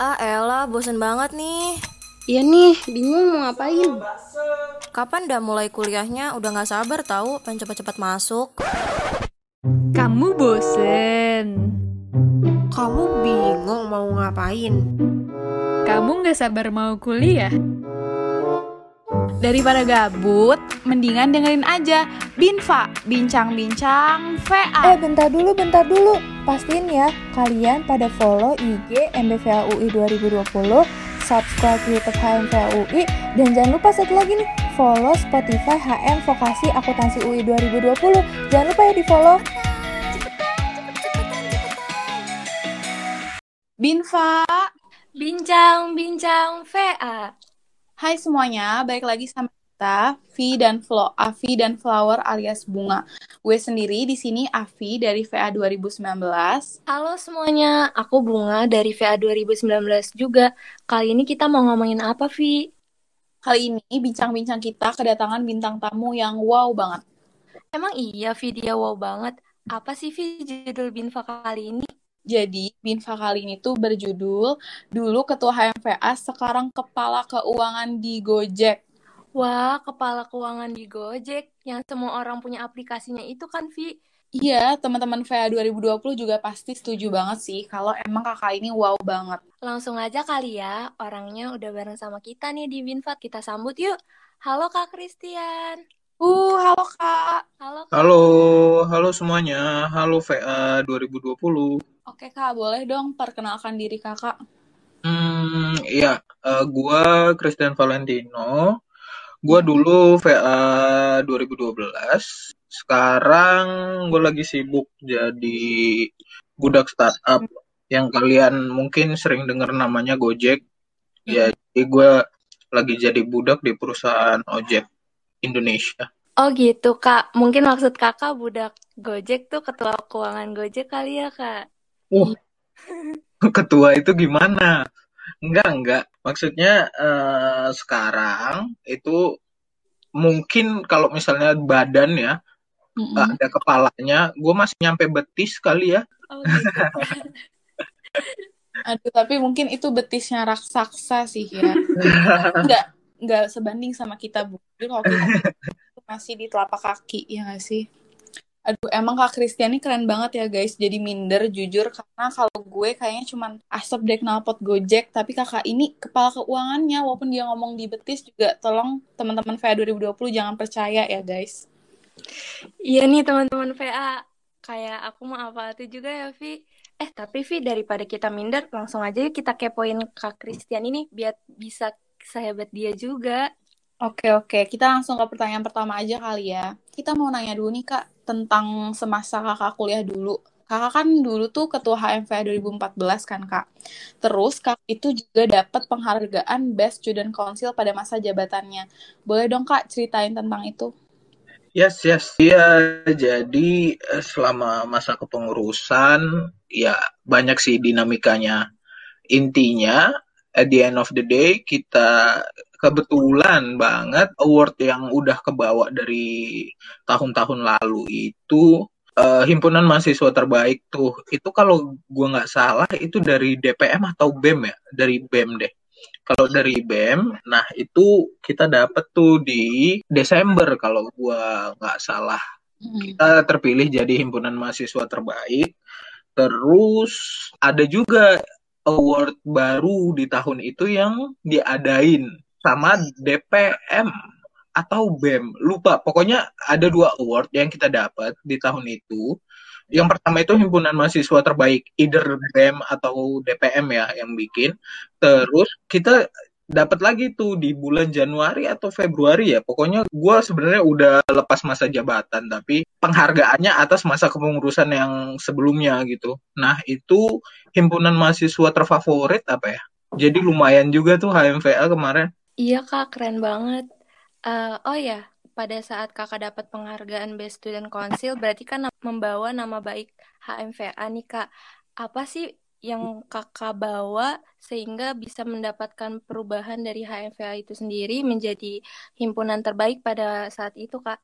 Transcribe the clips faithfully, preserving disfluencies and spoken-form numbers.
Ah elah, bosen banget nih. Iya nih, bingung mau ngapain. Kapan dah mulai kuliahnya? Udah gak sabar tahu, pengen cepet-cepet masuk. Kamu bosen. Kamu bingung mau ngapain? Kamu gak sabar mau kuliah. Daripada gabut, mendingan dengerin aja Binfa, bincang-bincang V A. Eh bentar dulu, bentar dulu. Pastiin ya, kalian pada follow I G M B V A U I dua ribu dua puluh, subscribe YouTube H M V A U I, dan jangan lupa satu lagi nih, follow Spotify H M Vokasi Akuntansi U I dua ribu dua puluh. Jangan lupa ya di follow. Binfa. Bincang-bincang V A. Hai semuanya, balik lagi sama kita, V dan Flo, Avi dan Flower alias Bunga. Gue sendiri di sini Avi dari V A dua ribu sembilan belas. Halo semuanya, aku Bunga dari V A dua ribu sembilan belas juga. Kali ini kita mau ngomongin apa, Vi? Kali ini bincang-bincang kita kedatangan bintang tamu yang wow banget. Emang iya, Vi, dia wow banget. Apa sih, Vi, judul Binfa kali ini? Jadi, Binfa kali ini tuh berjudul dulu Ketua H M V A, sekarang Kepala Keuangan di Gojek. Wah, kepala keuangan di Gojek. Yang semua orang punya aplikasinya itu kan, Vi? Iya, teman-teman V A dua ribu dua puluh juga pasti setuju banget sih kalau emang kakak ini wow banget. Langsung aja kali ya, orangnya udah bareng sama kita nih di Binfa. Kita sambut yuk. Halo Kak Christian. Uh, halo Kak. Halo Kak. Halo, halo semuanya. Halo V A dua ribu dua puluh. Oke Kak, boleh dong perkenalkan diri Kakak. Hmm, iya, uh, gua Christian Valentino. Gua dulu V A dua ribu dua belas. Sekarang gue lagi sibuk jadi budak startup yang kalian mungkin sering dengar namanya Gojek. Ya, jadi gue lagi jadi budak di perusahaan ojek Indonesia. Oh gitu Kak, mungkin maksud Kakak budak Gojek tuh ketua keuangan Gojek kali ya Kak? Uh, ketua itu gimana? Enggak, enggak. Maksudnya uh, sekarang itu mungkin kalau misalnya badan ya, mm-hmm. ada kepalanya, gue masih nyampe betis kali ya. Oh gitu. Aduh, tapi mungkin itu betisnya raksasa sih ya. Enggak, enggak sebanding sama kita, Bu. Jadi kalau kita masih di telapak kaki, ya nggak sih? Aduh, emang Kak Christian ini keren banget ya guys. Jadi minder, jujur. Karena kalau gue kayaknya cuma asap dek knalpot Gojek. Tapi kakak ini kepala keuangannya. Walaupun dia ngomong di betis juga, tolong teman-teman V A dua ribu dua puluh jangan percaya ya guys. Iya nih teman-teman V A. Kayak aku mau apa itu juga ya Vi. Eh tapi Vi, daripada kita minder, langsung aja yuk kita kepoin Kak Christian ini. Biar bisa sehebat dia juga. Oke, oke. Kita langsung ke pertanyaan pertama aja kali ya. Kita mau nanya dulu nih Kak, tentang semasa kakak kuliah dulu. Kakak kan dulu tuh ketua H M V A dua ribu empat belas kan Kak. Terus Kak itu juga dapat penghargaan Best Student Council pada masa jabatannya. Boleh dong Kak ceritain tentang itu? Yes, yes. Iya, jadi selama masa kepengurusan, ya banyak sih dinamikanya. Intinya, at the end of the day, kita kebetulan banget award yang udah kebawa dari tahun-tahun lalu itu uh, himpunan mahasiswa terbaik tuh. Itu kalau gue nggak salah itu dari D P M atau B E M ya, dari B E M deh. Kalau dari B E M, nah itu kita dapet tuh di Desember kalau gue nggak salah. Kita terpilih jadi himpunan mahasiswa terbaik. Terus ada juga award baru di tahun itu yang diadain sama D P M atau B E M, lupa. Pokoknya ada dua award yang kita dapat di tahun itu. Yang pertama itu himpunan mahasiswa terbaik, either B E M atau D P M ya yang bikin. Terus kita dapat lagi tuh di bulan Januari atau Februari ya. Pokoknya gue sebenarnya udah lepas masa jabatan, tapi penghargaannya atas masa kepengurusan yang sebelumnya gitu. Nah itu himpunan mahasiswa terfavorit apa ya? Jadi lumayan juga tuh H M V A kemarin. Iya Kak, keren banget. Uh, oh ya, pada saat Kakak dapat penghargaan Best Student Council, berarti kan membawa nama baik H M V A nih Kak. Apa sih yang Kakak bawa sehingga bisa mendapatkan perubahan dari H M V A itu sendiri menjadi himpunan terbaik pada saat itu Kak?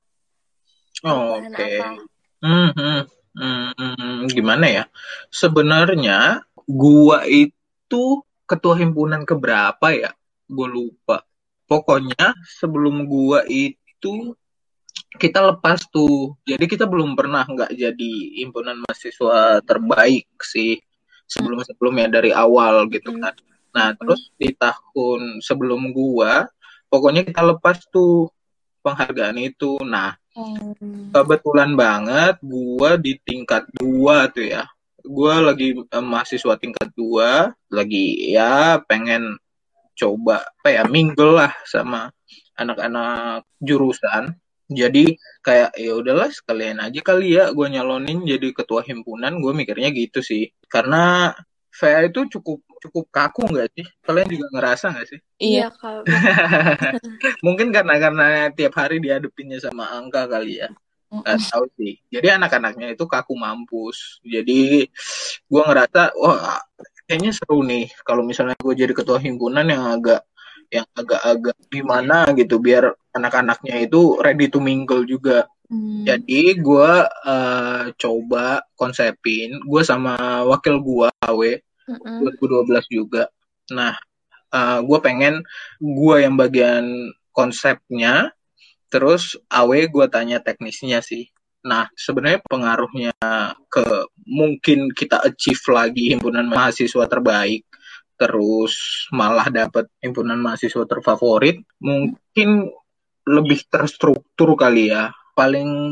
Oh, oke. Okay. Hmm, hmm, hmm, hmm, gimana ya? Sebenarnya gua itu ketua himpunan keberapa ya, gue lupa. Pokoknya sebelum gue itu kita lepas tuh, jadi kita belum pernah nggak jadi himpunan mahasiswa terbaik sih sebelum sebelumnya dari awal gitu kan. Nah terus di tahun sebelum gua pokoknya kita lepas tuh penghargaan itu. Nah kebetulan banget gua di tingkat dua tuh ya, gua lagi eh, mahasiswa tingkat dua, lagi ya pengen coba apa ya mingle lah sama anak-anak jurusan. Jadi kayak ya udahlah sekalian aja kali ya gue nyalonin jadi ketua himpunan. Gue mikirnya gitu sih, karena V A itu cukup cukup kaku nggak sih? Kalian juga ngerasa nggak sih? Iya, Kak. Mungkin karena karena tiap hari dihadapinnya sama angka kali ya. Nggak tahu sih. Jadi anak-anaknya itu kaku mampus. Jadi gue ngerasa wah kayaknya seru nih kalau misalnya gue jadi ketua himpunan yang agak yang agak-agak gimana gitu, biar anak-anaknya itu ready to mingle juga. Hmm. Jadi gue uh, coba konsepin, gue sama wakil gue Awe mm-hmm. dua ribu dua belas juga. Nah, uh, gue pengen gue yang bagian konsepnya, terus Awe gue tanya teknisnya sih. Nah, sebenarnya pengaruhnya ke mungkin kita achieve lagi himpunan mahasiswa terbaik, terus malah dapat himpunan mahasiswa terfavorit, mungkin lebih terstruktur kali ya. Paling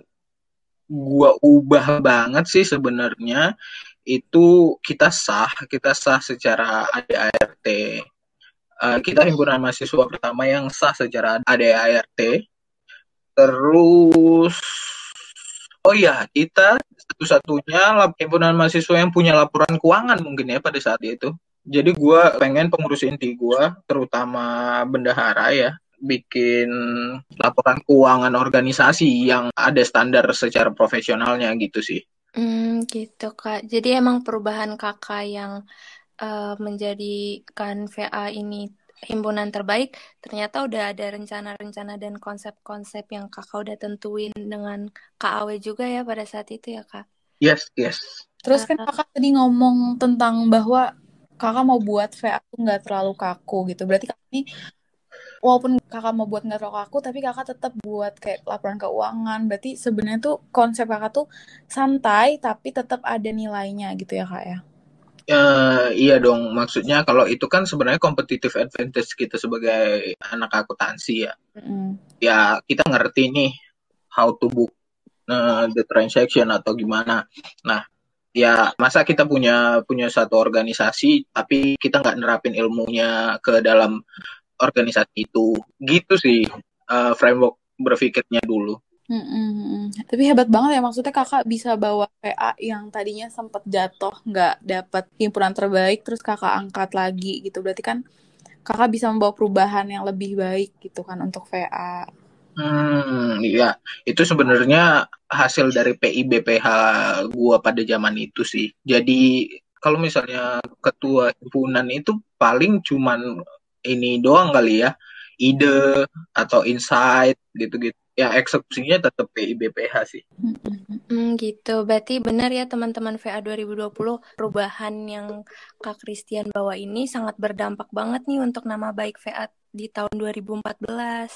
gua ubah banget sih sebenarnya itu kita sah, kita sah secara A D A R T. Uh, kita himpunan mahasiswa pertama yang sah secara A D A R T. Terus oh iya, kita satu-satunya himpunan mahasiswa yang punya laporan keuangan mungkin ya pada saat itu. Jadi gue pengen pengurus inti gue, terutama bendahara ya, bikin laporan keuangan organisasi yang ada standar secara profesionalnya gitu sih. Hmm, gitu Kak. Jadi emang perubahan kakak yang uh, menjadikan V A ini himpunan terbaik, ternyata udah ada rencana-rencana dan konsep-konsep yang kakak udah tentuin dengan Kak Awe juga ya pada saat itu ya Kak? Yes, yes. Terus kan kakak tadi ngomong tentang bahwa kakak mau buat V A tuh nggak terlalu kaku gitu. Berarti kakak ini walaupun kakak mau buat nggak terlalu kaku, tapi kakak tetap buat kayak laporan keuangan. Berarti sebenarnya tuh konsep kakak tuh santai, tapi tetap ada nilainya gitu ya kak ya? Uh, iya dong, maksudnya kalau itu kan sebenarnya competitive advantage kita sebagai anak akuntansi ya. Mm-hmm. Ya kita ngerti nih how to book uh, the transaction atau gimana. Nah, ya masa kita punya punya satu organisasi tapi kita nggak nerapin ilmunya ke dalam organisasi itu, gitu sih uh, framework berpikirnya dulu. Mm-mm. Tapi hebat banget ya, maksudnya kakak bisa bawa V A yang tadinya sempat jatuh nggak dapat himpunan terbaik terus kakak angkat lagi gitu. Berarti kan kakak bisa membawa perubahan yang lebih baik gitu kan untuk V A. Hmm, iya, itu sebenarnya hasil dari P I B P H gua pada zaman itu sih. Jadi kalau misalnya ketua himpunan itu paling cuman ini doang kali ya, ide atau insight gitu-gitu. Ya eksekusinya tetap P I B P H sih. Hmm, gitu. Berarti benar ya teman-teman V A dua ribu dua puluh, perubahan yang Kak Christian bawa ini sangat berdampak banget nih untuk nama baik V A di tahun dua ribu empat belas.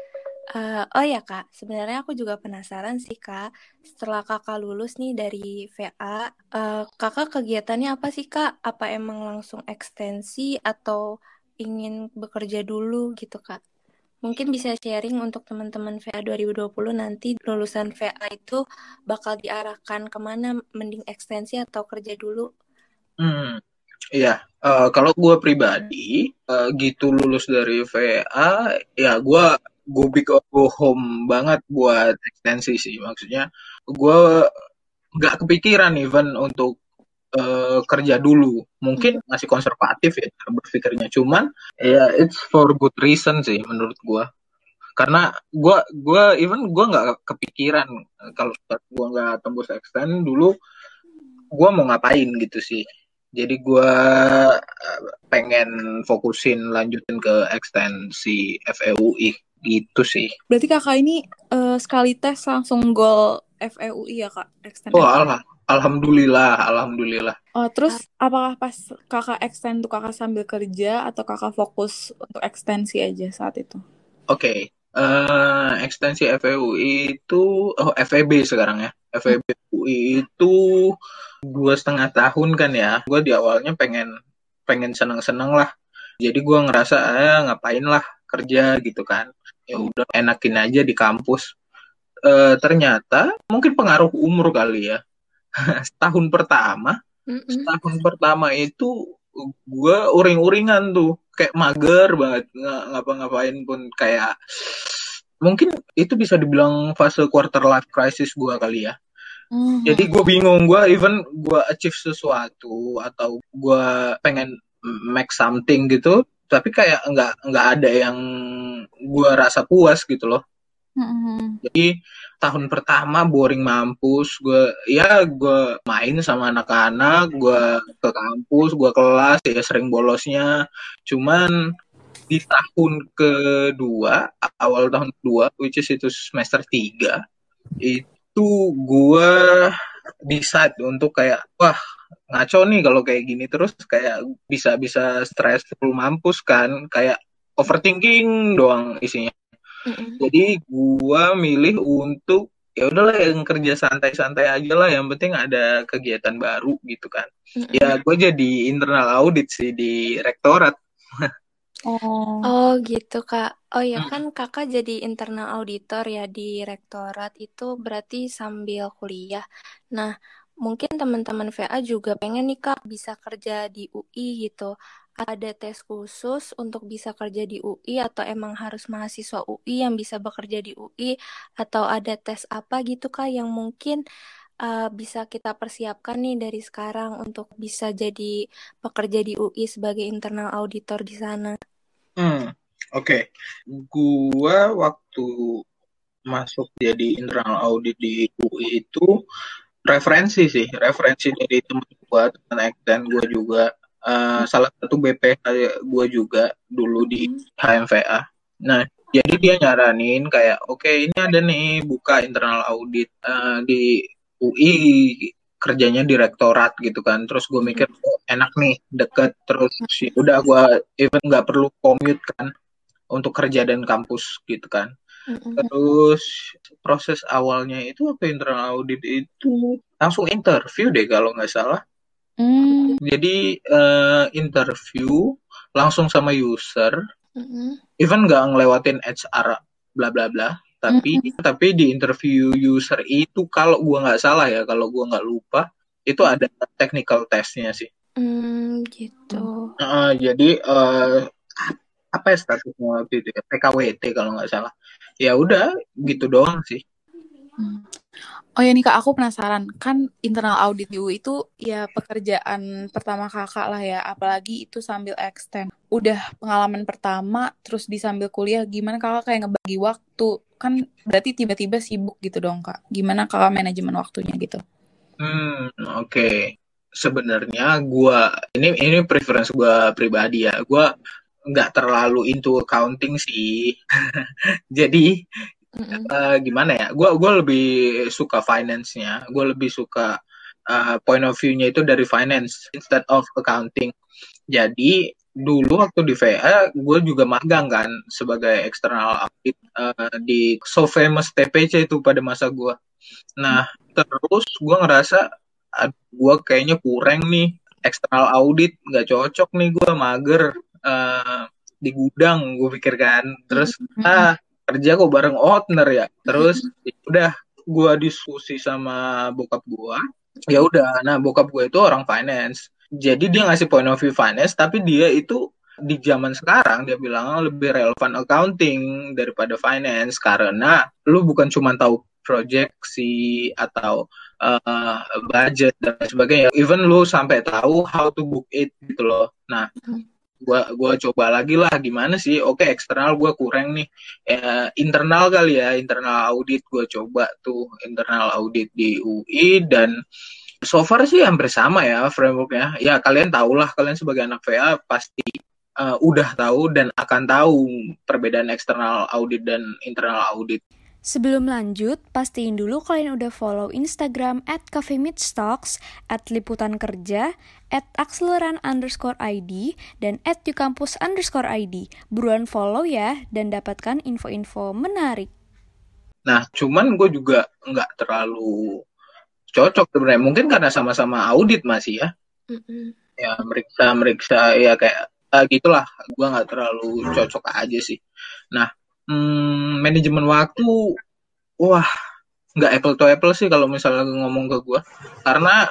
Uh, oh ya Kak, sebenarnya aku juga penasaran sih Kak, setelah Kakak lulus nih dari V A, uh, Kakak kegiatannya apa sih Kak? Apa emang langsung ekstensi atau ingin bekerja dulu gitu Kak? Mungkin bisa sharing untuk teman-teman V A dua ribu dua puluh nanti lulusan V A itu bakal diarahkan kemana, mending ekstensi atau kerja dulu? Hmm, iya. Uh, kalau gue pribadi uh, gitu lulus dari V A, ya gue go big or go home banget buat ekstensi sih. Maksudnya gue nggak kepikiran even untuk Uh, kerja dulu, mungkin masih konservatif ya berpikirnya, cuman ya it's for good reason sih menurut gue, karena gue gue even gue nggak kepikiran kalau gue nggak tembus extend dulu gue mau ngapain gitu sih. Jadi gue uh, pengen fokusin lanjutin ke ekstensi F E U I gitu sih. Berarti kakak ini uh, sekali tes langsung goal F E U I ya kak? Extend oh alah Alhamdulillah, alhamdulillah. Oh, terus apakah pas kakak extend tuh kakak sambil kerja atau kakak fokus untuk ekstensi aja saat itu? Oke, okay. uh, ekstensi F E U I itu, oh F E B sekarang ya. F E B U I itu dua setengah tahun kan ya. Gue di awalnya pengen pengen seneng-seneng lah. Jadi gue ngerasa eh ngapain lah kerja gitu kan. Ya udah enakin aja di kampus. Uh, ternyata mungkin pengaruh umur kali ya. Setahun pertama, Mm-mm. setahun pertama itu gue uring-uringan tuh, kayak mager banget, nggak ngapa-ngapain pun, kayak mungkin itu bisa dibilang fase quarter life crisis gue kali ya. Mhm. Jadi gue bingung, gue even gue achieve sesuatu atau gue pengen make something gitu, tapi kayak nggak nggak ada yang gue rasa puas gitu loh. Mhm. Jadi tahun pertama boring mampus, gue ya gue main sama anak-anak, gue ke kampus, gue kelas ya sering bolosnya. Cuman di tahun kedua, awal tahun kedua, which is itu semester tiga, itu gue decide untuk kayak wah ngaco nih kalau kayak gini terus, kayak bisa-bisa stressful mampus kan, kayak overthinking doang isinya. Mm-mm. Jadi gua milih untuk ya udahlah yang kerja santai-santai aja lah, yang penting ada kegiatan baru gitu kan. Mm-mm. Ya gue jadi internal audit sih di rektorat. Oh. Oh gitu Kak. Oh ya Hmm. kan Kakak jadi internal auditor ya di rektorat, itu berarti sambil kuliah. Nah mungkin teman-teman V A juga pengen nih Kak bisa kerja di U I gitu. Ada tes khusus untuk bisa kerja di U I atau emang harus mahasiswa U I yang bisa bekerja di U I, atau ada tes apa gitu Kak yang mungkin uh, bisa kita persiapkan nih dari sekarang untuk bisa jadi pekerja di U I sebagai internal auditor di sana? Hmm, oke. Okay. Gua waktu masuk jadi internal audit di U I itu referensi sih, referensi dari teman gua, teman eksten gua juga. Uh, salah satu B P H gue juga dulu di H M V A. Nah, jadi dia nyaranin kayak, oke okay, ini ada nih buka internal audit uh, di U I, kerjanya di rektorat gitu kan. Terus gue mikir oh, enak nih, deket. Terus ya udah gue even nggak perlu commute kan untuk kerja dan kampus gitu kan. Mm-mm. Terus proses awalnya itu apa, internal audit itu langsung interview deh kalau nggak salah. Hmm. Jadi uh, interview langsung sama user, Mm-mm. even nggak ngelewatin H R bla bla bla, tapi Mhm. tapi di interview user itu kalau gua nggak salah ya, kalau gua nggak lupa itu ada technical testnya sih. Hmm, gitu. Uh, jadi uh, apa ya statusnya waktu itu ya, P K W T kalau nggak salah. Ya udah gitu doang sih. Hmm. Oh ya nih Kak, aku penasaran. Kan internal audit di U I itu ya pekerjaan pertama kakak lah ya. Apalagi itu sambil extend. Udah pengalaman pertama, terus di sambil kuliah, gimana kakak kayak ngebagi waktu? Kan berarti tiba-tiba sibuk gitu dong Kak. Gimana kakak manajemen waktunya gitu? Hmm, oke. Okay. Sebenarnya gua, ini ini preference gua pribadi ya. Gua nggak terlalu into accounting sih. Jadi uh, gimana ya? Gue gue lebih suka finance-nya. Gue lebih suka uh, point of view-nya itu dari finance instead of accounting. Jadi dulu waktu di V A gue juga magang kan sebagai external audit uh, di so famous T P C itu pada masa gue. Nah terus gue ngerasa gue kayaknya kurang nih external audit, nggak cocok nih gue mager uh, di gudang gue pikir kan. Terus ah kerja kok bareng owner ya. Terus ya udah gue diskusi sama bokap gue. Ya udah, nah bokap gue itu orang finance. Jadi dia ngasih point of view finance, tapi dia itu di zaman sekarang dia bilang lebih relevan accounting daripada finance karena lu bukan cuma tahu proyeksi atau uh, budget dan sebagainya. Even lu sampai tahu how to book it gitu loh. Nah, gua gua coba lagi lah gimana sih. Oke, eksternal gua kurang nih. Ya, internal kali ya, internal audit gua coba tuh internal audit di U I dan so far sih hampir sama ya frameworknya. Ya kalian tahulah, kalian sebagai anak V A pasti uh, udah tahu dan akan tahu perbedaan eksternal audit dan internal audit. Sebelum lanjut, pastiin dulu kalian udah follow Instagram at cafemeetstalks, at liputan kerja, at akseleran underscore id, dan at yukampus underscore id. Buruan follow ya, dan dapatkan info-info menarik. Nah, cuman gue juga nggak terlalu cocok sebenarnya. Mungkin karena sama-sama audit masih ya. Mm-mm. Ya, meriksa-meriksa ya kayak uh, gitulah. Gue nggak terlalu cocok aja sih. Nah, Hmm, manajemen waktu, wah, nggak apple to apple sih kalau misalnya ngomong ke gue, karena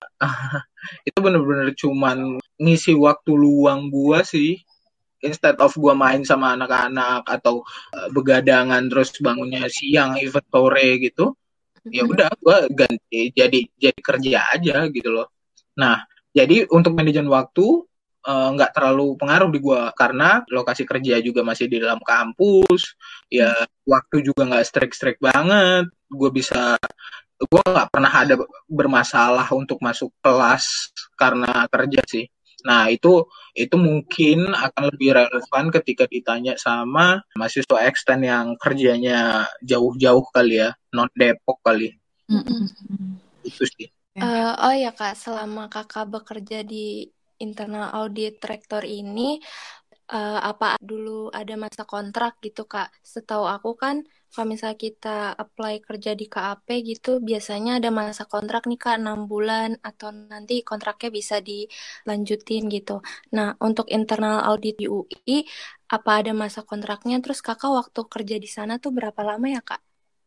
uh, itu bener-bener cuman ngisi waktu luang gue sih, instead of gue main sama anak-anak atau uh, begadangan terus bangunnya siang, even sore gitu, ya udah gue ganti jadi jadi kerja aja gitu loh. Nah, jadi untuk manajemen waktu nggak uh, terlalu pengaruh di gue karena lokasi kerja juga masih di dalam kampus, ya waktu juga nggak strict-strict banget. Gue bisa, gue nggak pernah ada bermasalah untuk masuk kelas karena kerja sih. Nah itu itu mungkin akan lebih relevan ketika ditanya sama mahasiswa extend yang kerjanya jauh-jauh kali ya, non Depok kali. Mm-mm. Itu sih. Uh, oh ya Kak, selama Kakak bekerja di internal audit rektor ini, uh, apa dulu ada masa kontrak gitu Kak? Setahu aku kan kalau misalnya kita apply kerja di K A P gitu, biasanya ada masa kontrak nih Kak, enam bulan atau nanti kontraknya bisa dilanjutin gitu. Nah, untuk internal audit di U I, apa ada masa kontraknya? Terus Kakak waktu kerja di sana tuh berapa lama ya Kak?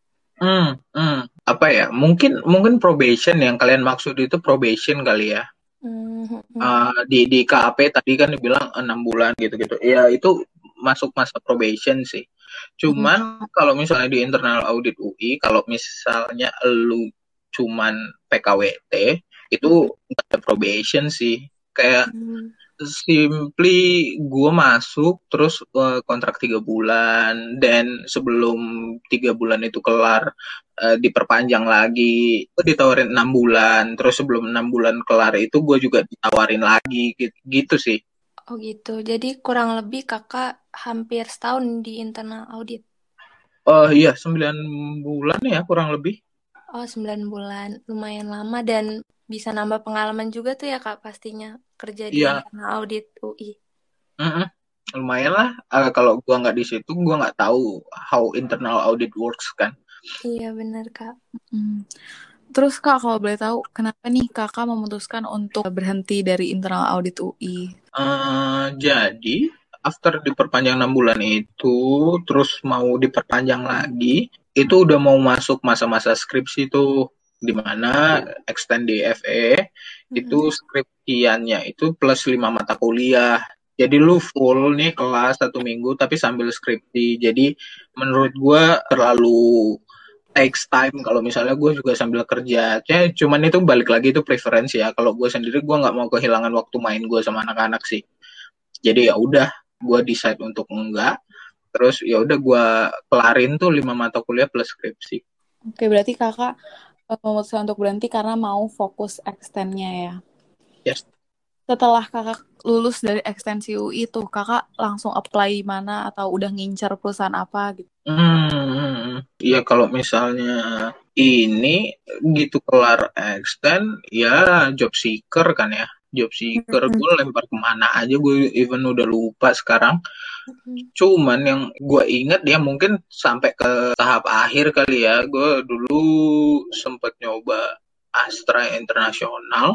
Hmm, hmm, apa ya? Mungkin mungkin probation yang kalian maksud itu probation kali ya. Mm-hmm. Uh, di di K A P tadi kan dibilang enam bulan gitu-gitu. Ya itu masuk masa probation sih. Cuman mm-hmm. kalau misalnya di internal audit U I, kalau misalnya lu cuman P K W T, itu nggak ada probation sih. Kayak mm-hmm. simply gue masuk terus uh, kontrak tiga bulan, dan sebelum tiga bulan itu kelar uh, diperpanjang lagi, gue ditawarin enam bulan, terus sebelum enam bulan kelar itu gue juga ditawarin lagi gitu, gitu sih. Oh gitu, jadi kurang lebih kakak hampir setahun di internal audit. Oh uh, iya, sembilan bulan ya kurang lebih. Oh sembilan bulan, lumayan lama dan bisa nambah pengalaman juga tuh ya kak pastinya kerja di yeah. internal audit U I. Mm-mm. Lumayan lah, uh, kalau gue nggak di situ gue nggak tahu how internal audit works kan. Iya benar kak. Hmm. Terus kak kalau boleh tahu kenapa nih kakak memutuskan untuk berhenti dari internal audit U I? Uh, jadi after diperpanjang enam bulan itu, terus mau diperpanjang lagi, itu udah mau masuk masa-masa skripsi tuh, di mana extend D F E mm-hmm. itu skripsiannya itu plus lima mata kuliah. Jadi lu full nih kelas satu minggu tapi sambil skripsi. Jadi menurut gue terlalu takes time kalau misalnya gue juga sambil kerja. Cuman itu balik lagi itu preferensi ya. Kalau gue sendiri gue nggak mau kehilangan waktu main gue sama anak-anak sih. Jadi ya udah gue decide untuk enggak. Terus ya udah gue kelarin tuh lima mata kuliah plus skripsi. Oke, berarti kakak memutuskan untuk berhenti karena mau fokus extendnya ya? Yes. Setelah kakak lulus dari ekstensi U I tuh, kakak langsung apply mana atau udah ngincar perusahaan apa gitu? Hmm, ya kalau misalnya ini gitu kelar extend, ya job seeker kan ya. Job seeker gue lempar kemana aja, gue even udah lupa sekarang. Cuman yang gue inget ya mungkin sampai ke tahap akhir kali ya. Gue dulu sempet nyoba Astra Internasional,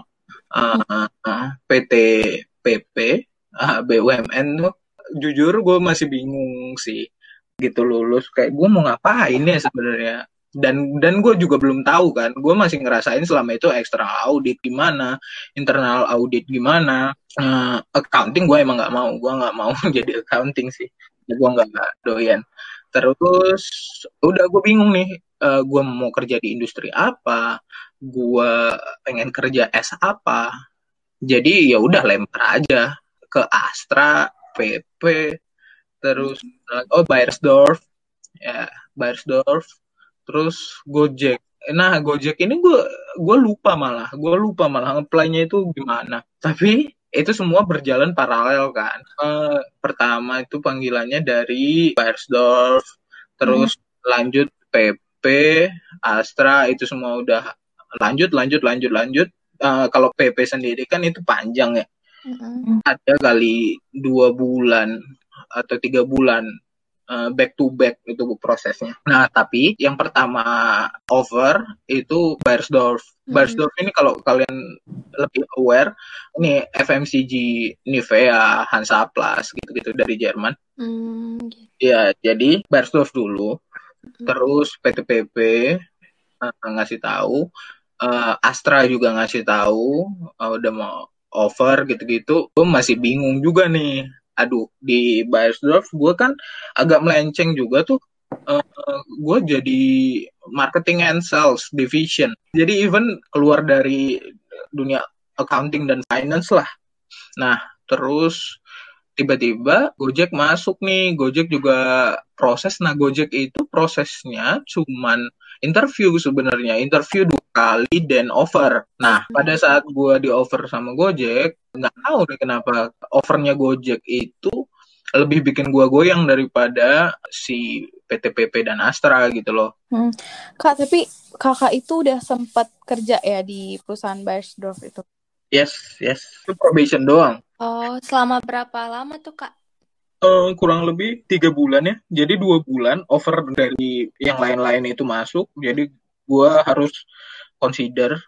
uh, uh, P T P P, uh, B U M N tuh. Jujur gue masih bingung sih. Gitu lulus kayak gue mau ngapain ya sebenarnya. Dan dan gue juga belum tahu kan, gue masih ngerasain selama itu external audit gimana, internal audit gimana, uh, accounting gue emang nggak mau, gue nggak mau jadi accounting sih, gue nggak doyan. Terus udah gue bingung nih, uh, gue mau kerja di industri apa, gue pengen kerja S apa, jadi ya udah lempar aja ke Astra, P P, terus oh Beiersdorf, ya Beiersdorf. Terus Gojek. Nah, Gojek ini gue gue lupa malah. Gue lupa malah apply-nya itu gimana. Tapi itu semua berjalan paralel kan. Uh, pertama itu panggilannya dari Beiersdorf, terus hmm. lanjut P P P, Astra itu semua udah lanjut, lanjut, lanjut, lanjut. Uh, kalau P P sendiri kan itu panjang ya. Mm-hmm. Ada kali dua bulan atau tiga bulan uh, back to back itu prosesnya. Nah, tapi yang pertama over itu Beiersdorf. Mm-hmm. Beiersdorf ini kalau kalian lebih aware, ini F M C G, Nivea, Hansaplast gitu-gitu dari Jerman. Mm-hmm. Ya, jadi Beiersdorf dulu, mm-hmm. terus P T P P uh, ngasih tahu, uh, Astra juga ngasih tahu, uh, udah mau over gitu-gitu. Gue masih bingung juga nih. Aduh, di Beiersdorf gue kan agak melenceng juga tuh. Uh, gue jadi marketing and sales division. Jadi even keluar dari dunia accounting dan finance lah. Nah, terus tiba-tiba Gojek masuk nih. Gojek juga proses. Nah, Gojek itu prosesnya cuman interview sebenarnya. Interview dua kali dan offer. Nah, pada saat gue di offer sama Gojek, nggak tahu deh kenapa offernya Gojek itu lebih bikin gue goyang daripada si P T P P dan Astra gitu loh. Hmm. Kak, tapi kakak itu udah sempat kerja ya di perusahaan Beiersdorf itu? Yes, yes. Itu probation doang. Oh, selama berapa lama tuh, Kak? Uh, kurang lebih tiga bulan ya. Jadi dua bulan offer dari yang lain-lain itu masuk. Jadi gue harus consider.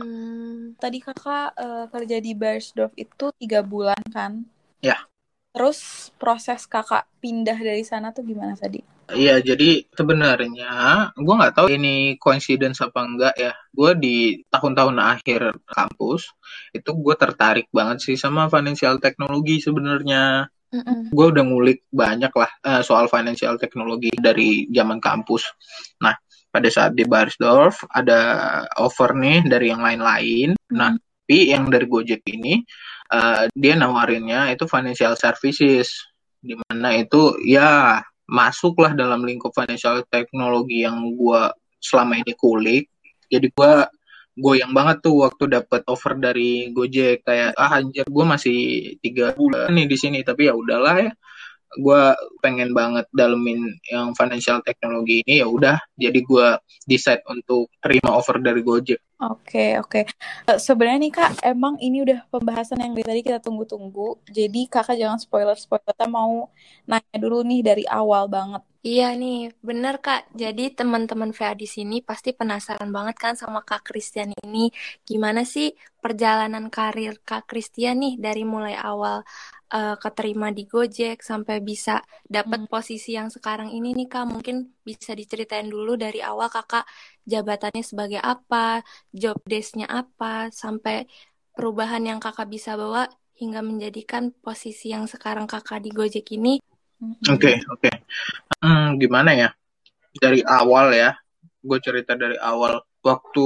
Hmm, tadi kakak uh, kerja di Beiersdorf itu tiga bulan kan? Ya. Terus proses kakak pindah dari sana tuh gimana tadi? Iya, jadi sebenarnya gue nggak tahu ini coincidence apa enggak ya. Gue di tahun-tahun akhir kampus itu gue tertarik banget sih sama financial technology sebenarnya. Mm-mm. Gue udah ngulik banyak lah uh, soal financial technology dari zaman kampus. Nah, pada saat di Beiersdorf ada offer nih dari yang lain-lain. Mm-hmm. Nah, tapi yang dari Gojek ini uh, dia nawarinnya itu financial services, di mana itu ya masuklah dalam lingkup financial technology yang gue selama ini kulik. Jadi gue goyang banget tuh waktu dapat offer dari Gojek, kayak ah anjir gue masih tiga bulan nih di sini, tapi ya udahlah ya, gue pengen banget dalemin yang financial technology ini, ya udah jadi gue decide untuk terima offer dari Gojek. Oke, oke. Uh, sebenarnya nih Kak, emang ini udah pembahasan yang dari tadi kita tunggu-tunggu. Jadi Kakak jangan spoiler-spoiler. Kita mau nanya dulu nih dari awal banget. Iya nih, bener Kak. Jadi teman-teman V A di sini pasti penasaran banget kan sama Kak Christian ini. Gimana sih perjalanan karir Kak Christian nih dari mulai awal uh, keterima di Gojek sampai bisa dapat hmm. posisi yang sekarang ini nih Kak. Mungkin bisa diceritain dulu dari awal Kakak jabatannya sebagai apa, job desk-nya apa, sampai perubahan yang Kakak bisa bawa hingga menjadikan posisi yang sekarang Kakak di Gojek ini. Oke, okay, oke. Okay. Hmm, gimana ya? Dari awal ya, gue cerita dari awal. Waktu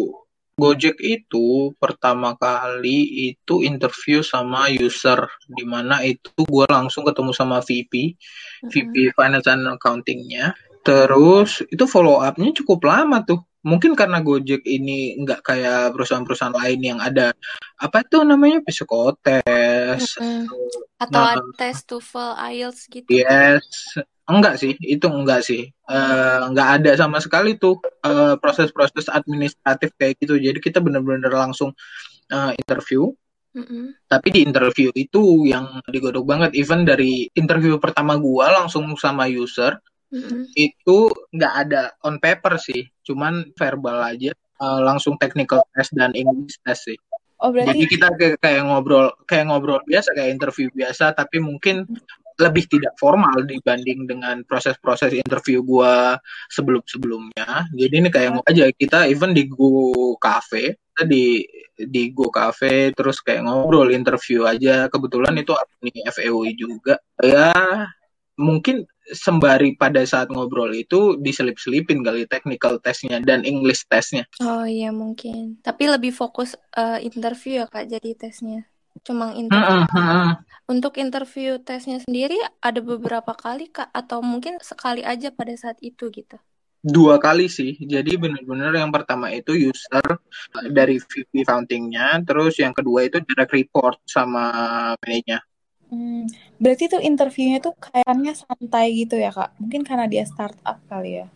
Gojek itu pertama kali itu interview sama user, di mana itu gue langsung ketemu sama V P, mm-hmm. V P Finance and Accounting-nya. Terus itu follow up-nya cukup lama tuh. Mungkin karena Gojek ini nggak kayak perusahaan-perusahaan lain yang ada apa itu namanya psikotes mm-hmm. atau nah, tes TOEFL, I E L T S gitu. Yes, enggak sih, itu enggak sih, uh, enggak ada sama sekali tuh uh, proses-proses administratif kayak gitu. Jadi kita benar-benar langsung uh, interview. Mm-hmm. Tapi di interview itu yang digodok banget, even dari interview pertama gua langsung sama user. Mm-hmm. Itu nggak ada on paper sih, cuman verbal aja, uh, langsung technical test dan English test sih. Oh, berarti... Jadi kita kayak, kayak ngobrol, kayak ngobrol biasa, kayak interview biasa, tapi mungkin lebih tidak formal dibanding dengan proses-proses interview gua sebelum-sebelumnya. Jadi ini kayak oh. aja kita even di Go Cafe, kita di di Go Cafe terus kayak ngobrol interview aja. Kebetulan itu ini F E U I juga. Ya mungkin sembari pada saat ngobrol itu diselip-selipin kali technical testnya dan English testnya. Oh iya mungkin. Tapi lebih fokus uh, interview ya Kak, jadi tesnya. Cuma interview. Mm-hmm. Untuk interview tesnya sendiri ada beberapa kali Kak, atau mungkin sekali aja pada saat itu gitu? Dua kali sih. Jadi benar-benar yang pertama itu user uh, dari V P accounting-nya, terus yang kedua itu direct report sama manajernya. Hmm, berarti tuh interviewnya tuh kayaknya santai gitu ya Kak? Mungkin karena dia startup kali ya?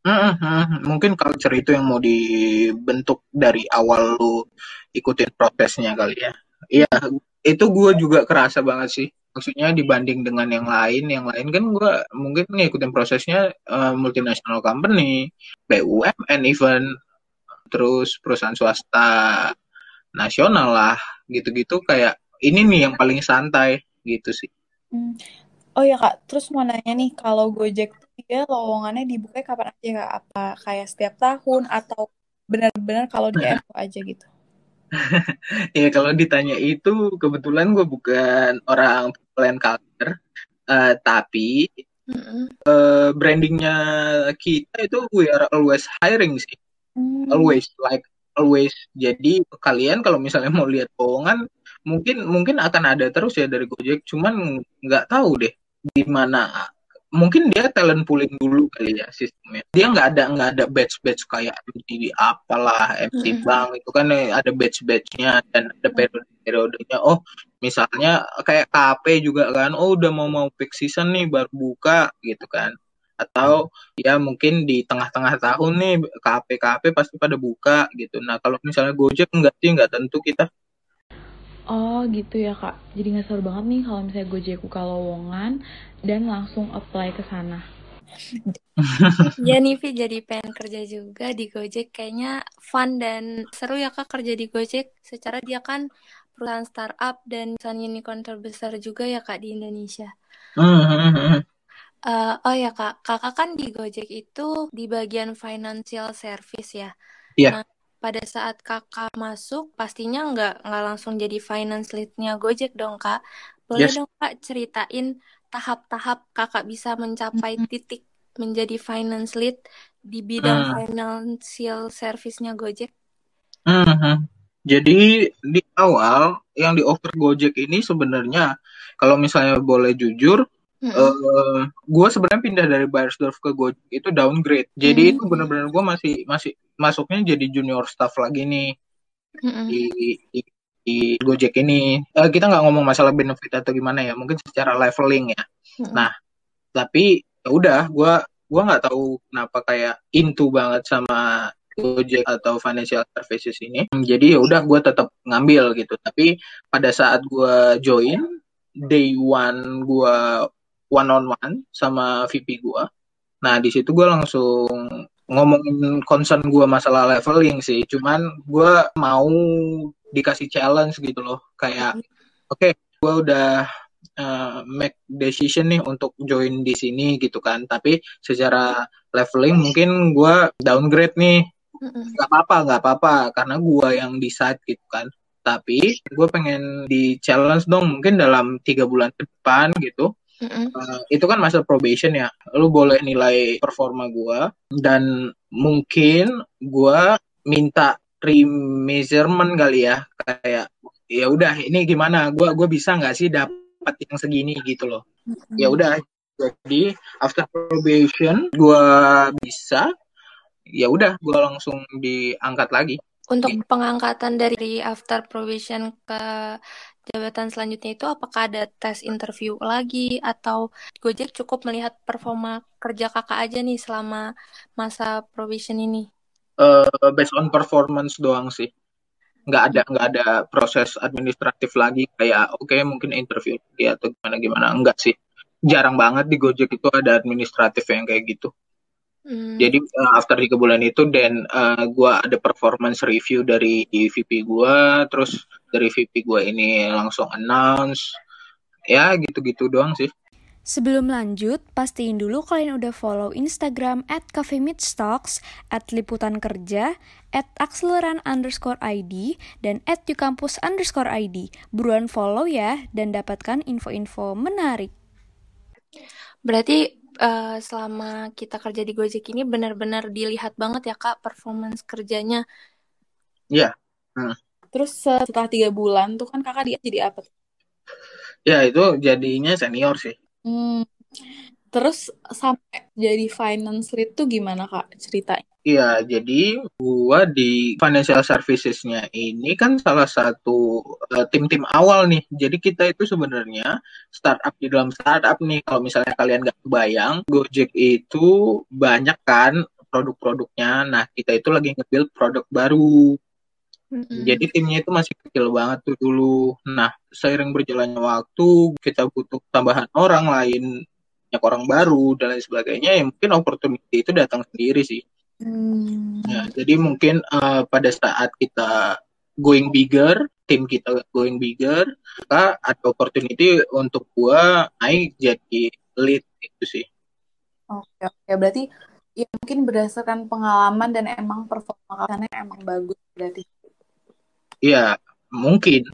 Mm, mm, mungkin culture itu yang mau dibentuk dari awal lu ikutin prosesnya kali ya. Iya, itu gue juga kerasa banget sih. Maksudnya dibanding dengan yang lain, yang lain kan gue mungkin ngikutin prosesnya eh, multinational company, B U M N even, terus perusahaan swasta nasional lah, gitu-gitu kayak ini nih yang paling santai gitu sih. Hmm. Oh ya Kak, terus mau nanya nih, kalau Gojek tuh dia lowongannya dibuka kapan aja Kak? Apa kayak setiap tahun atau benar-benar kalau di F O aja gitu? Ya kalau ditanya itu kebetulan gue bukan orang plan culture, eh, tapi Mm-mm. eh, brandingnya kita itu we are always hiring sih, Hmm. always like always. Jadi kalian kalau misalnya mau lihat lowongan, mungkin mungkin akan ada terus ya dari Gojek, cuman nggak tahu deh di mana. Mungkin dia talent pooling dulu kali ya sistemnya. Dia nggak ada nggak ada batch batch kayak M C apalah M C Mm-mm. Bank itu kan eh, ada batch batchnya dan ada periode periodenya. Oh misalnya kayak K P juga kan. Oh udah mau mau peak season nih baru buka gitu kan. Atau ya mungkin di tengah-tengah tahun nih K P K P pasti pada buka gitu. Nah kalau misalnya Gojek enggak sih nggak tentu kita. Oh gitu ya Kak. Jadi nggak seru banget nih kalau misalnya Gojek buka lowongan dan langsung apply ke sana. Ya nih Vi, jadi pengen kerja juga di Gojek. Kayaknya fun dan seru ya Kak kerja di Gojek. Secara dia kan perusahaan startup dan perusahaan unicorn terbesar juga ya Kak di Indonesia. Hmm. Eh, oh ya Kak, Kakak kan di Gojek itu di bagian financial service ya. Iya. Nah, pada saat Kakak masuk, pastinya nggak nggak langsung jadi finance lead-nya Gojek dong Kak. Boleh Yes. dong Kak ceritain tahap-tahap Kakak bisa mencapai titik menjadi finance lead di bidang Hmm. financial service-nya Gojek? Mhm. Jadi di awal yang di offer Gojek ini sebenarnya kalau misalnya boleh jujur, Mm-mm. eh gue sebenarnya pindah dari Bayersdorf ke Gojek itu downgrade. Jadi Mm. itu benar-benar gue masih masih masuknya jadi junior staff lagi nih Mm-mm. di, di, di Gojek ini. Eh, kita nggak ngomong masalah benefit atau gimana ya, mungkin secara leveling ya. Mm-mm. Nah, tapi ya udah gue gue nggak tahu kenapa kayak into banget sama Gojek atau financial services ini. Jadi ya udah gue tetap ngambil gitu. Tapi pada saat gue join day one gue one on one sama V P gue. Nah di situ gue langsung ngomongin concern gue masalah leveling sih. Cuman gue mau dikasih challenge gitu loh. Kayak oke okay, gue udah uh, make decision nih untuk join di sini gitu kan. Tapi secara leveling mungkin gue downgrade nih. Gak apa-apa, gak apa-apa. Karena gue yang decide gitu kan. Tapi gue pengen di challenge dong mungkin dalam tiga bulan ke depan gitu. Uh, itu kan masa probation ya. Lu boleh nilai performa gue. Dan mungkin gue minta remeasurement kali ya. Kayak ya udah ini gimana? Gue gue bisa nggak sih dapat yang segini gitu loh. Ya udah. Jadi after probation gue bisa. Ya udah gue langsung diangkat lagi. Untuk pengangkatan dari after probation ke jabatan selanjutnya itu apakah ada tes interview lagi atau Gojek cukup melihat performa kerja kakak aja nih selama masa probation ini? Uh, based on performance doang sih. Nggak ada nggak ada proses administratif lagi kayak oke okay, mungkin interview lagi atau gimana gimana. Enggak sih. Jarang banget di Gojek itu ada administratif yang kayak gitu. Hmm. Jadi uh, after tiga bulan itu dan uh, gue ada performance review dari V P gue, terus dari V P gue ini langsung announce, ya gitu-gitu doang sih. Sebelum lanjut, pastiin dulu kalian udah follow Instagram at cafemeetstocks, at liputankerja, at akseleran underscore id, dan at yukampus underscore id. Buruan follow ya, dan dapatkan info-info menarik. Berarti uh, selama kita kerja di Gojek ini benar-benar dilihat banget ya Kak performance kerjanya. Iya. Hmm. Terus setelah tiga bulan tuh kan kakak dia jadi apa? Ya itu jadinya senior sih. Hmm. Terus sampai jadi finance lead tuh gimana Kak ceritanya? Iya, jadi gua di financial services-nya ini kan salah satu uh, tim-tim awal nih. Jadi kita itu sebenarnya startup di dalam startup nih. Kalau misalnya kalian nggak kebayang, Gojek itu banyak kan produk-produknya. Nah, kita itu lagi nge-build produk baru. Mm-mm. Jadi timnya itu masih kecil banget tuh dulu. Nah, seiring berjalannya waktu, kita butuh tambahan orang lain, banyak orang baru, dan lain sebagainya. Ya mungkin opportunity itu datang sendiri sih. Hmm. Ya, jadi mungkin uh, pada saat kita going bigger, tim kita going bigger, maka ada opportunity untuk gua naik jadi lead itu sih. Oke, oke. Berarti ya mungkin berdasarkan pengalaman dan emang performa kalian emang bagus berarti. Iya, mungkin.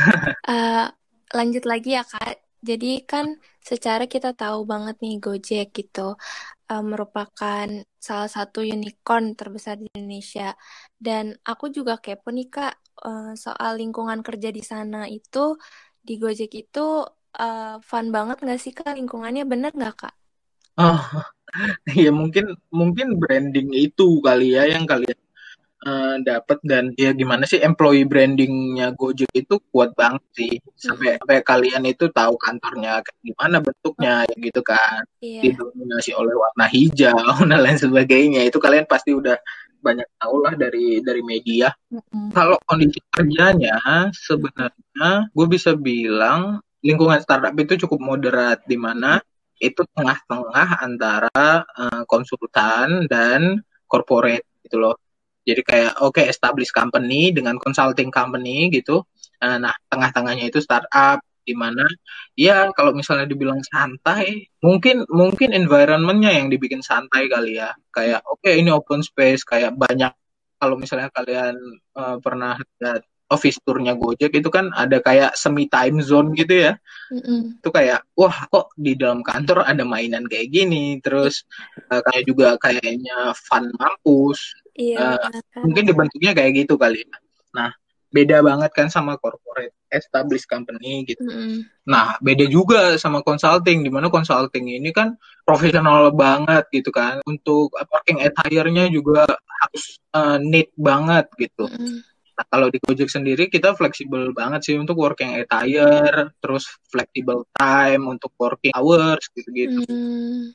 Uh, lanjut lagi ya Kak. Jadi kan secara kita tahu banget nih Gojek gitu uh, merupakan salah satu unicorn terbesar di Indonesia. Dan aku juga kepo nih Kak uh, soal lingkungan kerja di sana itu di Gojek itu uh, fun banget nggak sih Kak lingkungannya, bener nggak Kak? Oh, ya mungkin mungkin branding itu kali ya yang kalian uh, dapat, dan ya gimana sih employee brandingnya Gojek itu kuat banget sih sampai sampai kalian itu tahu kantornya kayak gimana bentuknya gitu kan, Iya. didominasi oleh warna hijau dan lain sebagainya, itu kalian pasti udah banyak tahu lah dari dari media. Mm-mm. Kalau kondisi kerjanya sebenarnya gue bisa bilang lingkungan startup itu cukup moderat, di mana itu tengah-tengah antara uh, konsultan dan corporate gitu loh. Jadi kayak oke okay, established company dengan consulting company gitu. Uh, nah, tengah-tengahnya itu startup, di mana ya kalau misalnya dibilang santai, mungkin mungkin environment-nya yang dibikin santai kali ya. Kayak oke okay, ini open space, kayak banyak, kalau misalnya kalian uh, pernah lihat office tour-nya Gojek itu kan ada kayak semi time zone gitu ya. Mm-mm. Itu kayak wah kok di dalam kantor ada mainan kayak gini, terus uh, kayak juga kayaknya fun mampus. Iya. Uh, mungkin dibentuknya kayak gitu kali ya. Nah, beda banget kan sama corporate established company gitu. Mm-mm. Nah, beda juga sama consulting, di mana consulting ini kan profesional banget gitu kan. Untuk working attire-nya juga harus uh, neat banget gitu. Mm-mm. Nah, kalau di Gojek sendiri kita fleksibel banget sih untuk working attire, terus flexible time untuk working hours gitu-gitu. Hmm.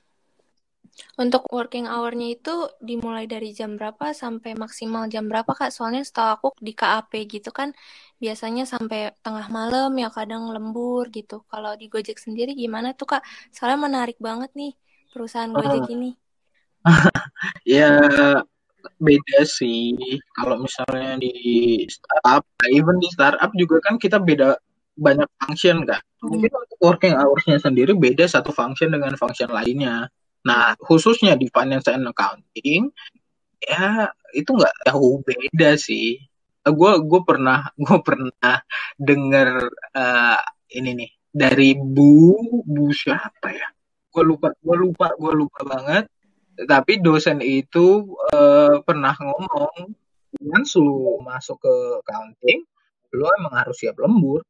Untuk working hour-nya itu dimulai dari jam berapa sampai maksimal jam berapa Kak? Soalnya setahu aku di K A P gitu kan biasanya sampai tengah malam ya, kadang lembur gitu. Kalau di Gojek sendiri gimana tuh Kak? Soalnya menarik banget nih perusahaan Gojek Oh. ini. Ya beda sih. Kalau misalnya di startup, even di startup juga kan kita beda banyak function kan. Mungkin untuk working hours-nya sendiri beda satu function dengan function lainnya. Nah, khususnya di finance and accounting, ya itu nggak jauh beda sih. Gue gue pernah gue pernah dengar uh, ini nih dari Bu Bu siapa ya? Gue lupa gue lupa gue lupa banget. Tapi dosen itu uh, pernah ngomong, once lu masuk ke accounting, lu emang harus siap lembur.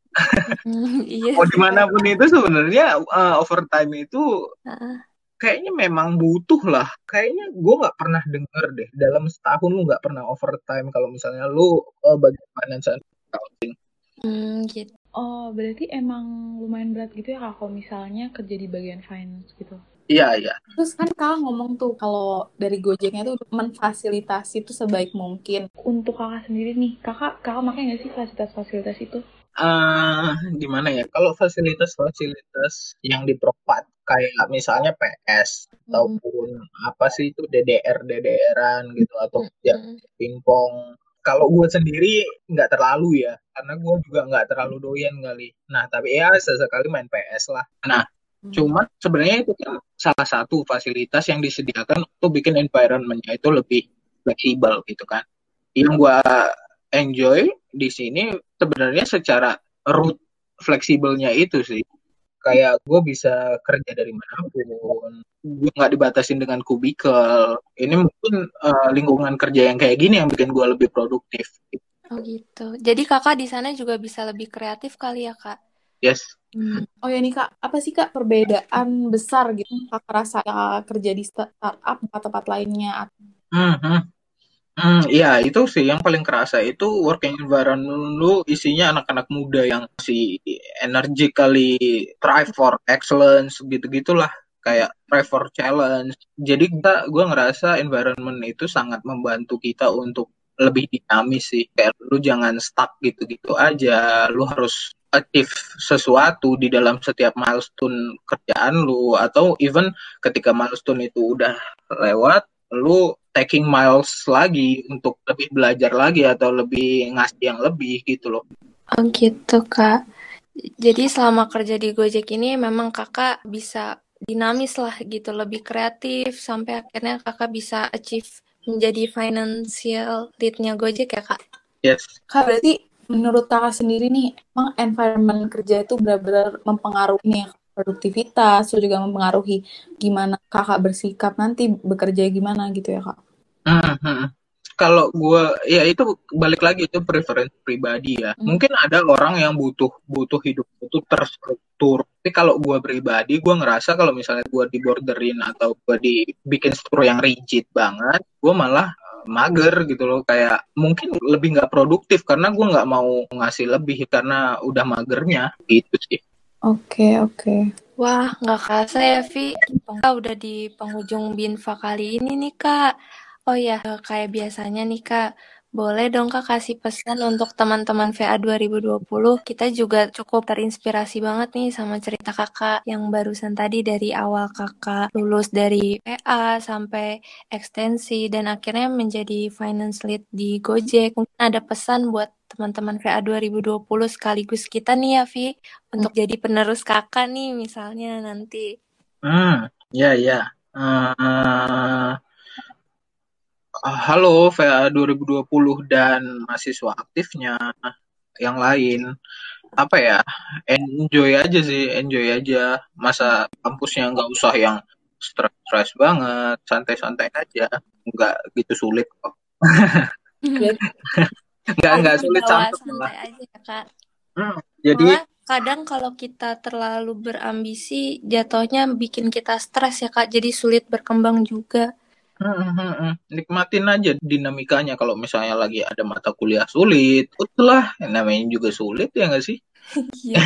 Hmm, iya Mau sih, dimanapun itu sebenarnya uh, overtime itu uh-uh. kayaknya memang butuh lah. Kayaknya gue nggak pernah denger deh dalam setahun lu nggak pernah overtime kalau misalnya lu uh, bagian finance and accounting. Hmm, gitu. Oh, berarti emang lumayan berat gitu ya Kak kalau misalnya kerja di bagian finance gitu. Iya, iya. Terus kan Kakak ngomong tuh kalau dari Gojeknya tuh memfasilitasi itu sebaik mungkin. Untuk Kakak sendiri nih, Kakak Kakak makai nggak sih fasilitas-fasilitas itu? Uh, gimana ya? Kalau fasilitas-fasilitas yang di-provide kayak misalnya P S Hmm. ataupun apa sih itu D D R D D R-an gitu atau ya Mm-mm. pingpong. Kalau gue sendiri nggak terlalu ya, karena gue juga nggak terlalu doyan kali. Nah, tapi ya sesekali main P S lah. Nah, cuman sebenarnya itu kan salah satu fasilitas yang disediakan untuk bikin environment-nya itu lebih fleksibel gitu kan. Yang gue enjoy di sini sebenarnya secara root fleksibelnya itu sih. Kayak gue bisa kerja dari manapun, gue nggak dibatasin dengan kubikel. Ini mungkin uh, lingkungan kerja yang kayak gini yang bikin gue lebih produktif. Oh gitu. Jadi Kakak di sana juga bisa lebih kreatif kali ya Kak? Yes. Hmm. Oh ya nih Kak, apa sih Kak perbedaan besar gitu Kakak rasa Kakak kerja di startup atau tempat lainnya? Hmm, hmm. Hmm, ya itu sih yang paling kerasa itu working environment lu isinya anak-anak muda yang masih energically thrive for excellence gitu-gitulah. kayak prefer challenge. Jadi kita, gue ngerasa environment itu sangat membantu kita untuk lebih dinamis sih. Kayak lu jangan stuck gitu-gitu aja. Lu harus achieve sesuatu di dalam setiap milestone kerjaan lu, atau even ketika milestone itu udah lewat, lu taking miles lagi untuk lebih belajar lagi atau lebih ngasih yang lebih gitu loh. Oh gitu Kak. Jadi selama kerja di Gojek ini memang kakak bisa dinamis lah gitu, lebih kreatif sampai akhirnya kakak bisa achieve menjadi financial lead-nya Gojek ya Kak? Yes. Kak, berarti menurut kakak sendiri nih, emang environment kerja itu benar-benar mempengaruhi nih produktivitas, terus juga mempengaruhi gimana kakak bersikap nanti bekerja gimana gitu ya Kak? Hmm, hmm. Kalau gue, ya itu balik lagi itu preference pribadi ya. Hmm. Mungkin ada orang yang butuh butuh hidup itu terstruktur. Tapi kalau gue pribadi, gue ngerasa kalau misalnya gue diborderin atau gue dibikin struktur yang rigid banget, gue malah eh, mager gitu loh. Kayak mungkin lebih nggak produktif karena gue nggak mau ngasih lebih karena udah magernya gitu sih. Oke, oke. Wah, nggak kerasa ya, Vi. Kita udah di penghujung Binfa kali ini nih, Kak. Oh ya, kayak biasanya nih, Kak. Boleh dong, Kak, kasih pesan untuk teman-teman V A dua ribu dua puluh. Kita juga cukup terinspirasi banget nih sama cerita Kakak yang barusan tadi dari awal Kakak lulus dari V A sampai ekstensi dan akhirnya menjadi finance lead di Gojek. Mungkin ada pesan buat teman-teman V A dua ribu dua puluh sekaligus kita nih ya, Vi, untuk jadi penerus kakak nih misalnya nanti. Hmm, ya ya. Uh, halo V A dua ribu dua puluh dan mahasiswa aktifnya yang lain. Apa ya? Enjoy aja sih, enjoy aja. Masa kampusnya nggak usah yang stres-stres banget, santai-santai aja. Nggak gitu sulit kok. nggak nggak sulit Bawa santai lah. santai aja ya, Kak. Hmm, jadi Malah kadang kalau kita terlalu berambisi jatuhnya bikin kita stres ya, Kak. Jadi sulit berkembang juga. hmm, hmm, hmm, hmm. nikmatin aja dinamikanya. Kalau misalnya lagi ada mata kuliah sulit, itulah namanya juga sulit ya nggak sih? Iya.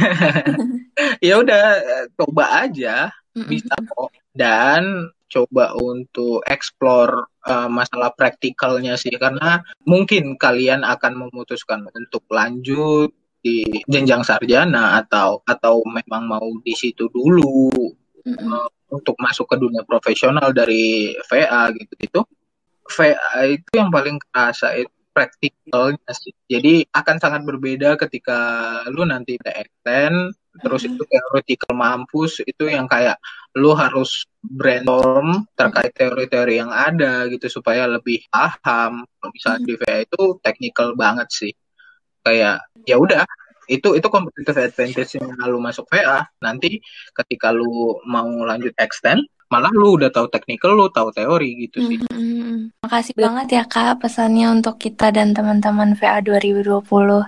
Ya udah, eh, coba aja, bisa kok. Dan coba untuk explore eh, masalah praktikalnya sih, karena mungkin kalian akan memutuskan untuk lanjut di jenjang sarjana atau atau memang mau di situ dulu eh, untuk masuk ke dunia profesional dari V A gitu-gitu. V A itu yang paling kerasa itu praktikalnya sih. Jadi akan sangat berbeda ketika lu nanti udah extend, terus itu theoretical mampus, itu yang kayak lu harus brainstorm terkait teori-teori yang ada gitu supaya lebih paham. Kalau misalnya di V A itu technical banget sih. Kayak ya udah, itu itu competitive advantage-nya lu masuk V A. Nanti ketika lu mau lanjut extend, malah lu udah tahu technical, lu tahu teori gitu sih. Mm-hmm. Makasih banget ya Kak pesannya untuk kita dan teman-teman V A dua ribu dua puluh.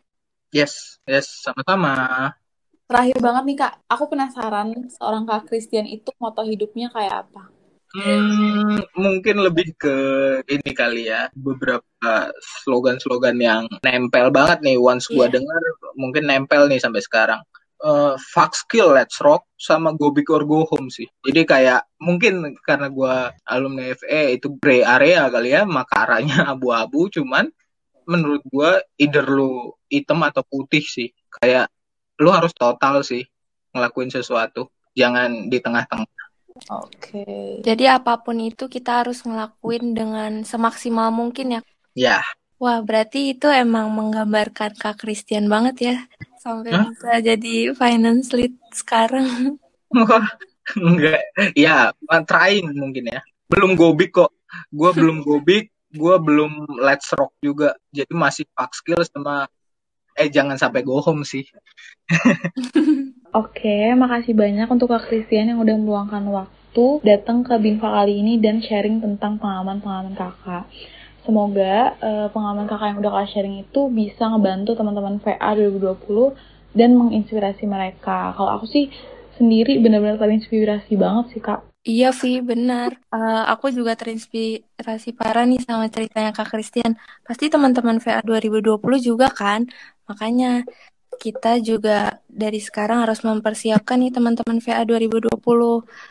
Yes, yes, sama-sama. Terakhir banget nih Kak, aku penasaran seorang Kak Christian itu moto hidupnya kayak apa? Hmm, mungkin lebih ke ini kali ya, beberapa slogan-slogan yang nempel banget nih. Once gue Iya. denger, mungkin nempel nih sampai sekarang. Uh, fuck skill, let's rock, sama go big or go home sih. Jadi kayak mungkin karena gue alumni F E itu gray area kali ya, maka arahnya abu-abu. Cuman menurut gue either lu hitam atau putih sih. Kayak lu harus total sih ngelakuin sesuatu, jangan di tengah-tengah. Oke. Jadi apapun itu kita harus ngelakuin dengan semaksimal mungkin ya. Ya. Wah, berarti itu emang menggambarkan Kak Christian banget ya. Sampai huh? bisa jadi finance lead sekarang. Enggak. Ya, trying mungkin ya. Belum go big kok. Gue belum go big, gue belum let's rock juga. Jadi masih fuck skill sama eh jangan sampai go home sih. Oke, makasih banyak untuk Kak Christian yang udah meluangkan waktu datang ke Binfa kali ini dan sharing tentang pengalaman-pengalaman kakak. Semoga uh, pengalaman kakak yang udah kakak sharing itu bisa ngebantu teman-teman V A dua ribu dua puluh dan menginspirasi mereka. Kalau aku sih sendiri benar-benar terinspirasi banget sih Kak. Iya Vi, benar. Uh, aku juga terinspirasi parah nih sama ceritanya Kak Christian. Pasti teman-teman V A dua ribu dua puluh juga kan? Makanya kita juga dari sekarang harus mempersiapkan nih teman-teman V A dua ribu dua puluh.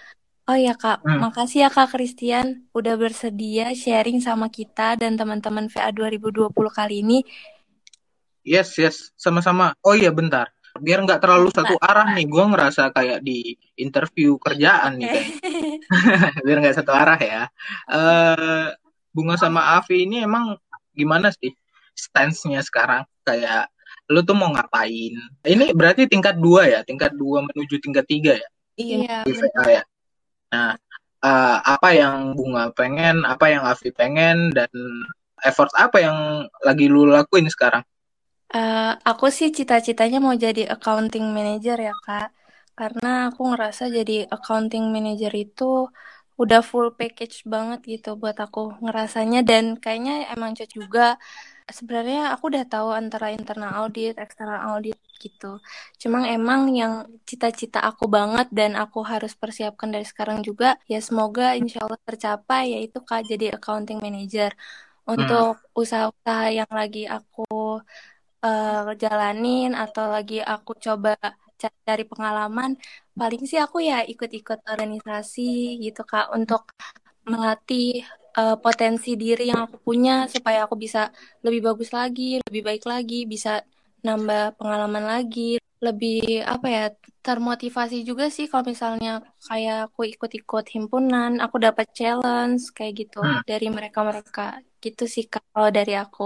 Oh ya Kak, Hmm. makasih ya Kak Christian udah bersedia sharing sama kita dan teman-teman V A dua ribu dua puluh kali ini. Yes, yes, sama-sama. Oh iya, bentar. Biar nggak terlalu satu arah nih, gue ngerasa kayak di interview kerjaan nih Oke. kayaknya. Biar nggak satu arah ya. Eh Bunga sama Avi ini emang gimana sih stance-nya sekarang? Kayak lu tuh mau ngapain? Ini berarti tingkat dua ya, tingkat dua menuju tingkat tiga ya Iya, Iya, di V A benar. ya. Nah, eh, apa yang Bunga pengen, apa yang Avi pengen, dan effort apa yang lagi lu lakuin sekarang? Eh, aku sih cita-citanya mau jadi accounting manager ya Kak. Karena aku ngerasa jadi accounting manager itu udah full package banget gitu buat aku ngerasanya dan kayaknya emang cocok juga. Sebenarnya aku udah tahu antara internal audit, external audit gitu. Cuma emang yang cita-cita aku banget dan aku harus persiapkan dari sekarang juga ya semoga insya Allah tercapai yaitu Kak jadi accounting manager. Hmm. Untuk usaha-usaha yang lagi aku eh, jalanin atau lagi aku coba ca- cari pengalaman, paling sih aku ya ikut-ikut organisasi gitu Kak untuk melatih eh, potensi diri yang aku punya supaya aku bisa lebih bagus lagi, lebih baik lagi, bisa nambah pengalaman lagi, lebih apa ya termotivasi juga sih kalau misalnya kayak aku ikut-ikut himpunan, aku dapat challenge kayak gitu Hmm. dari mereka-mereka gitu sih Kak, kalau dari aku.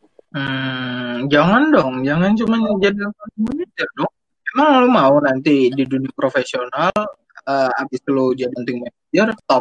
Hmm, jangan dong, jangan cuma jadi manajer dong. Emang lu mau nanti di dunia profesional, eh, abis lu jadi hunting manager, top.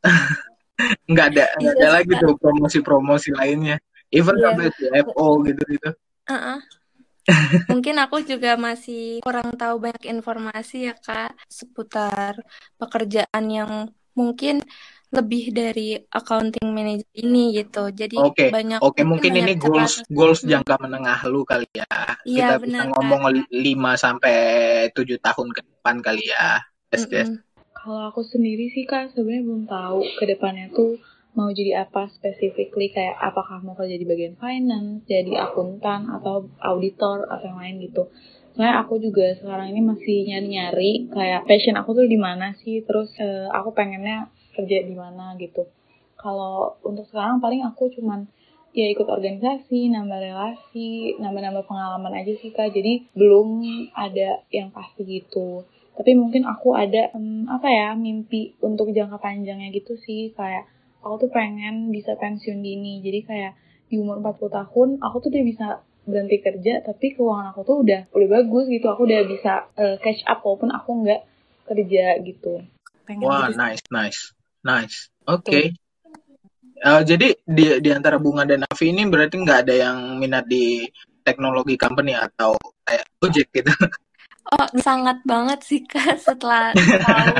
Nggak ada, nggak Iya ada sih lagi Kak. tuh promosi-promosi lainnya. Even Iya. sampai C F O gitu-gitu. Heeh. Mungkin aku juga masih kurang tahu banyak informasi ya Kak seputar pekerjaan yang mungkin lebih dari accounting manager ini gitu. Jadi Oke, banyak oke mungkin mungkin banyak ini goals catatan. goals Hmm, jangka menengah lu kali ya. iya Kita bisa benar Kak. ngomong li- lima sampai tujuh tahun ke depan kali ya. Yes, yes. Mm-mm. Kalau aku sendiri sih Kak, sebenarnya belum tahu ke depannya tuh mau jadi apa specifically, kayak apakah mau kerja di bagian finance, jadi akuntan, atau auditor, atau yang lain gitu. Soalnya aku juga sekarang ini masih nyari-nyari kayak passion aku tuh di mana sih, terus eh, aku pengennya kerja di mana gitu. Kalau untuk sekarang paling aku cuman ya ikut organisasi, nambah relasi, nambah-nambah pengalaman aja sih Kak. Jadi belum ada yang pasti gitu. Tapi mungkin aku ada um, apa ya mimpi untuk jangka panjangnya gitu sih, kayak aku tuh pengen bisa pensiun dini. Jadi kayak di umur empat puluh tahun aku tuh udah bisa berhenti kerja, tapi keuangan aku tuh udah udah bagus gitu. Aku udah bisa uh, catch up walaupun aku nggak kerja gitu. Pengen Wah, gitu sih. nice, nice, nice. Oke. Eh, jadi di di antara Bunga dan Avi ini berarti nggak ada yang minat di teknologi company atau kayak Gojek gitu. Oh sangat banget sih Kak setelah tahu.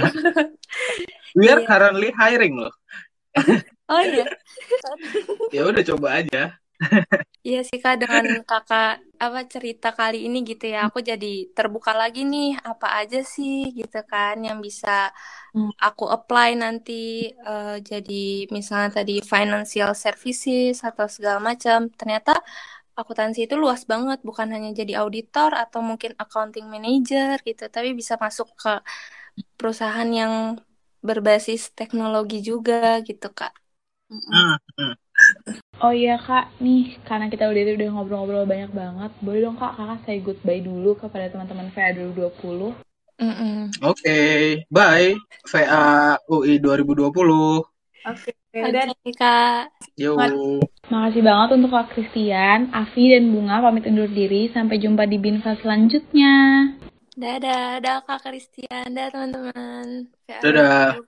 We are Iya. currently hiring loh. Oh iya. Ya udah coba aja. Iya sih Kak, dengan kakak apa cerita kali ini gitu ya, aku jadi terbuka lagi nih apa aja sih gitu kan yang bisa Hmm. aku apply nanti eh, jadi misalnya tadi financial services atau segala macam. Ternyata akuntansi itu luas banget, bukan hanya jadi auditor atau mungkin accounting manager gitu, tapi bisa masuk ke perusahaan yang berbasis teknologi juga gitu Kak. Hmm, hmm. Oh iya Kak, nih karena kita udah udah ngobrol-ngobrol banyak banget, boleh dong Kak kakak say goodbye dulu kepada teman-teman V A dua ribu dua puluh. Mm-mm. Oke, bye. V A U I dua ribu dua puluh. Oke, Oke dan Kak. Yo. Makasih banget untuk Kak Christian, Avi, dan Bunga pamit undur diri. Sampai jumpa di Binfa selanjutnya. Dadah, dadah Kak Christian, dadah teman-teman. Dadah.